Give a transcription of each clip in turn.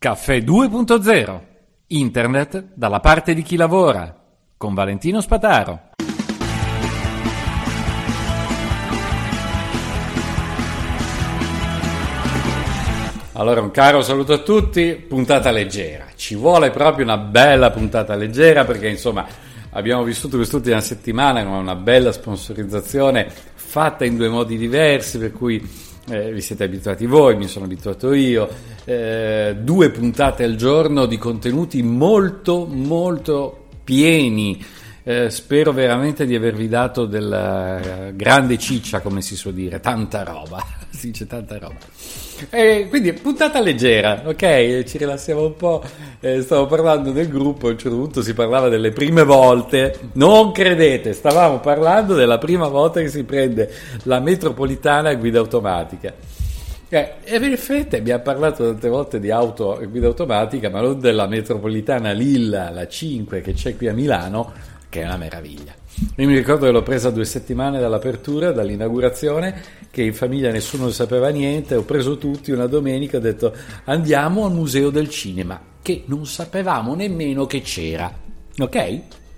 Caffè 2.0. Internet dalla parte di chi lavora. Con Valentino Spataro. Allora, un caro saluto a tutti. Puntata leggera. Ci vuole proprio una bella puntata leggera perché, insomma, abbiamo vissuto quest'ultima settimana con una bella sponsorizzazione fatta in due modi diversi, per cui vi siete abituati voi, mi sono abituato io. 2 puntate al giorno di contenuti molto molto pieni. Spero veramente di avervi dato della grande ciccia, come si suol dire, tanta roba. Si dice tanta roba. Quindi puntata leggera, ok? Ci rilassiamo un po'. Stavo parlando del gruppo, a un certo punto si parlava delle prime volte. Non credete, stavamo parlando della prima volta che si prende la metropolitana a guida automatica. E in effetti abbiamo parlato tante volte di auto a guida automatica, ma non della metropolitana Lilla, la 5 che c'è qui a Milano, che è una meraviglia. Io mi ricordo che l'ho presa 2 settimane dall'apertura, dall'inaugurazione, che in famiglia nessuno sapeva niente, ho preso tutti una domenica, ho detto andiamo al museo del cinema, che non sapevamo nemmeno che c'era, ok?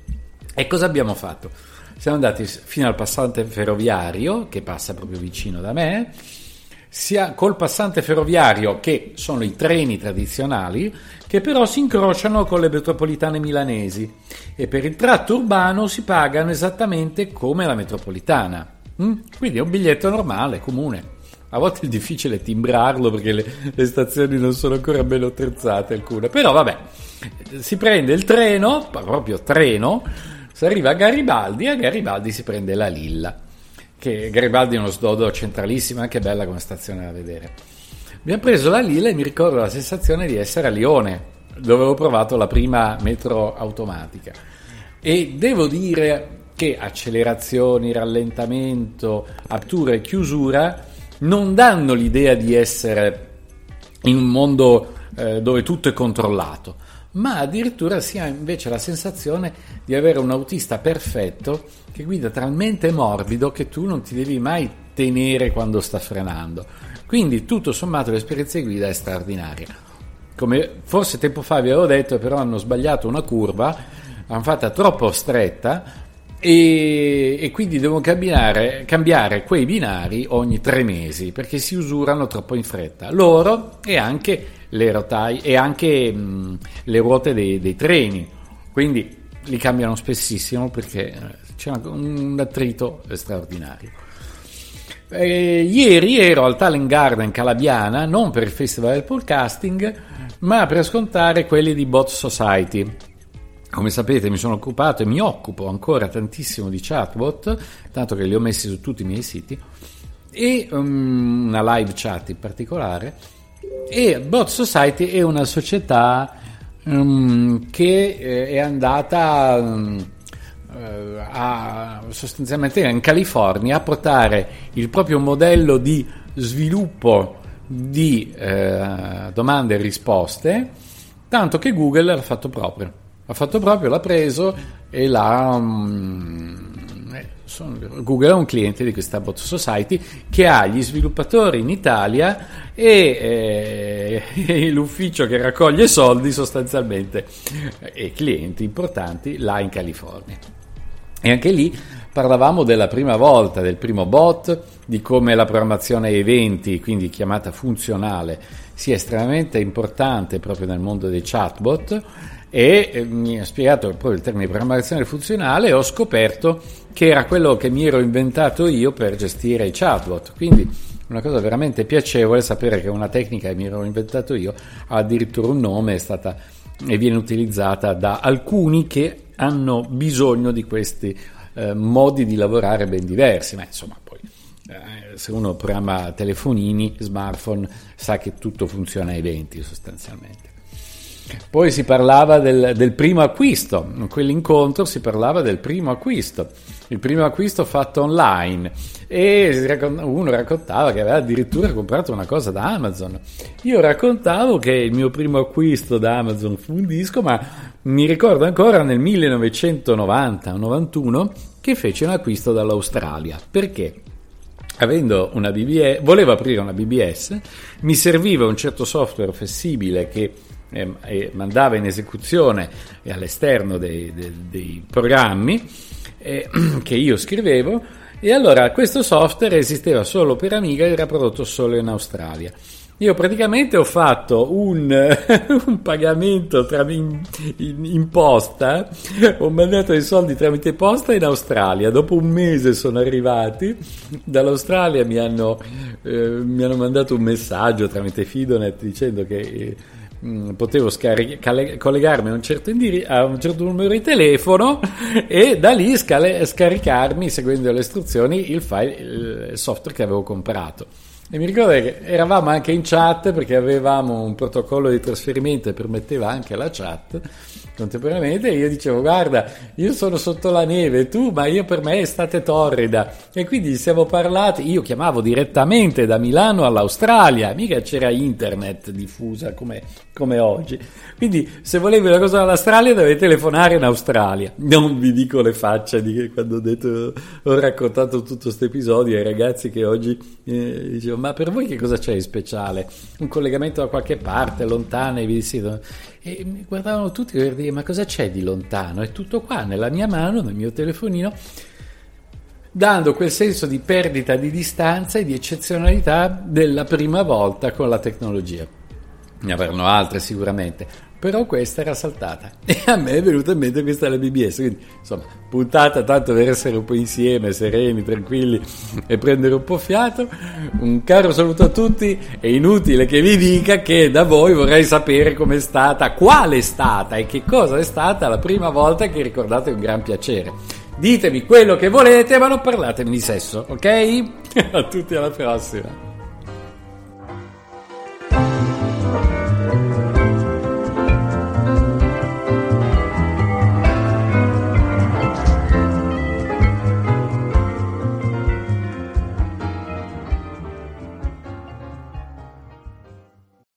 E cosa abbiamo fatto? Siamo andati fino al passante ferroviario, che passa proprio vicino da me, sia col passante ferroviario, che sono i treni tradizionali, che però si incrociano con le metropolitane milanesi, e per il tratto urbano si pagano esattamente come la metropolitana. Quindi è un biglietto normale, comune. A volte è difficile timbrarlo perché le stazioni non sono ancora ben attrezzate alcune, però vabbè, si prende il treno, proprio treno, si arriva a Garibaldi e a Garibaldi si prende la Lilla, che Garibaldi è uno snodo centralissimo, anche bella come stazione da vedere. Abbiamo preso la Lilla e mi ricordo la sensazione di essere a Lione, dove avevo provato la prima metro automatica, e devo dire che accelerazioni, rallentamento, apertura e chiusura non danno l'idea di essere in un mondo dove tutto è controllato, ma addirittura si ha invece la sensazione di avere un autista perfetto che guida talmente morbido che tu non ti devi mai tenere quando sta frenando. Quindi tutto sommato l'esperienza di guida è straordinaria. Come forse tempo fa vi avevo detto, però hanno sbagliato una curva, l'hanno fatta troppo stretta e quindi devono cambiare quei binari ogni 3 mesi perché si usurano troppo in fretta, loro e anche le rotaie e anche le ruote dei treni, quindi li cambiano spessissimo perché c'è un attrito straordinario. Ieri ero al Talent Garden Calabiana, non per il Festival del Podcasting, ma per ascoltare quelli di Bot Society. Come sapete mi sono occupato e mi occupo ancora tantissimo di chatbot, tanto che li ho messi su tutti i miei siti, e una live chat in particolare. E Bot Society è una società che è andata sostanzialmente in California a portare il proprio modello di sviluppo di domande e risposte, tanto che Google l'ha fatto proprio. L'ha preso e Google è un cliente di questa Bot Society che ha gli sviluppatori in Italia e l'ufficio che raccoglie soldi sostanzialmente e clienti importanti là in California. E anche lì parlavamo della prima volta, del primo bot, di come la programmazione a eventi, quindi chiamata funzionale, sia estremamente importante proprio nel mondo dei chatbot, e mi ha spiegato proprio il termine di programmazione funzionale e ho scoperto che era quello che mi ero inventato io per gestire i chatbot. Quindi una cosa veramente piacevole sapere che una tecnica che mi ero inventato io ha addirittura un nome, e viene utilizzata da alcuni che hanno bisogno di questi modi di lavorare ben diversi, ma insomma poi se uno programma telefonini, smartphone, sa che tutto funziona a eventi sostanzialmente. Poi si parlava del primo acquisto, in quell'incontro si parlava del primo acquisto, il primo acquisto fatto online, e uno raccontava che aveva addirittura comprato una cosa da Amazon. Io raccontavo che il mio primo acquisto da Amazon fu un disco, ma mi ricordo ancora nel 1990-91 che feci un acquisto dall'Australia. Perché? Avendo volevo aprire una BBS, mi serviva un certo software flessibile che e mandava in esecuzione all'esterno dei programmi che io scrivevo. E allora questo software esisteva solo per Amiga ed era prodotto solo in Australia. Io praticamente ho fatto un pagamento in posta, ho mandato i soldi tramite posta in Australia. Dopo un mese sono arrivati dall'Australia, mi hanno mandato un messaggio tramite Fidonet dicendo che potevo collegarmi a un certo numero di telefono e da lì scaricarmi, seguendo le istruzioni, il software che avevo comprato. E mi ricordo che eravamo anche in chat, perché avevamo un protocollo di trasferimento che permetteva anche la chat contemporaneamente, e io dicevo: guarda, io sono sotto la neve, ma per me è estate torrida, e quindi siamo parlati. Io chiamavo direttamente da Milano all'Australia, mica c'era internet diffusa come oggi, quindi se volevi una cosa dall'Australia dovevi telefonare in Australia. Non vi dico le facce di quando ho raccontato tutto questo episodio ai ragazzi che oggi dicevo: ma per voi che cosa c'è di speciale? Un collegamento da qualche parte, lontana, e mi guardavano tutti per dire: ma cosa c'è di lontano? È tutto qua nella mia mano, nel mio telefonino, dando quel senso di perdita di distanza e di eccezionalità della prima volta con la tecnologia. Ne avranno altre sicuramente, però questa era saltata e a me è venuta in mente questa la BBS. Quindi insomma, puntata tanto per essere un po' insieme, sereni, tranquilli e prendere un po' fiato. Un caro saluto a tutti. È inutile che vi dica che da voi vorrei sapere com'è stata, qual è stata e che cosa è stata la prima volta che ricordate un gran piacere. Ditemi quello che volete, ma non parlatemi di sesso, ok? A tutti, alla prossima.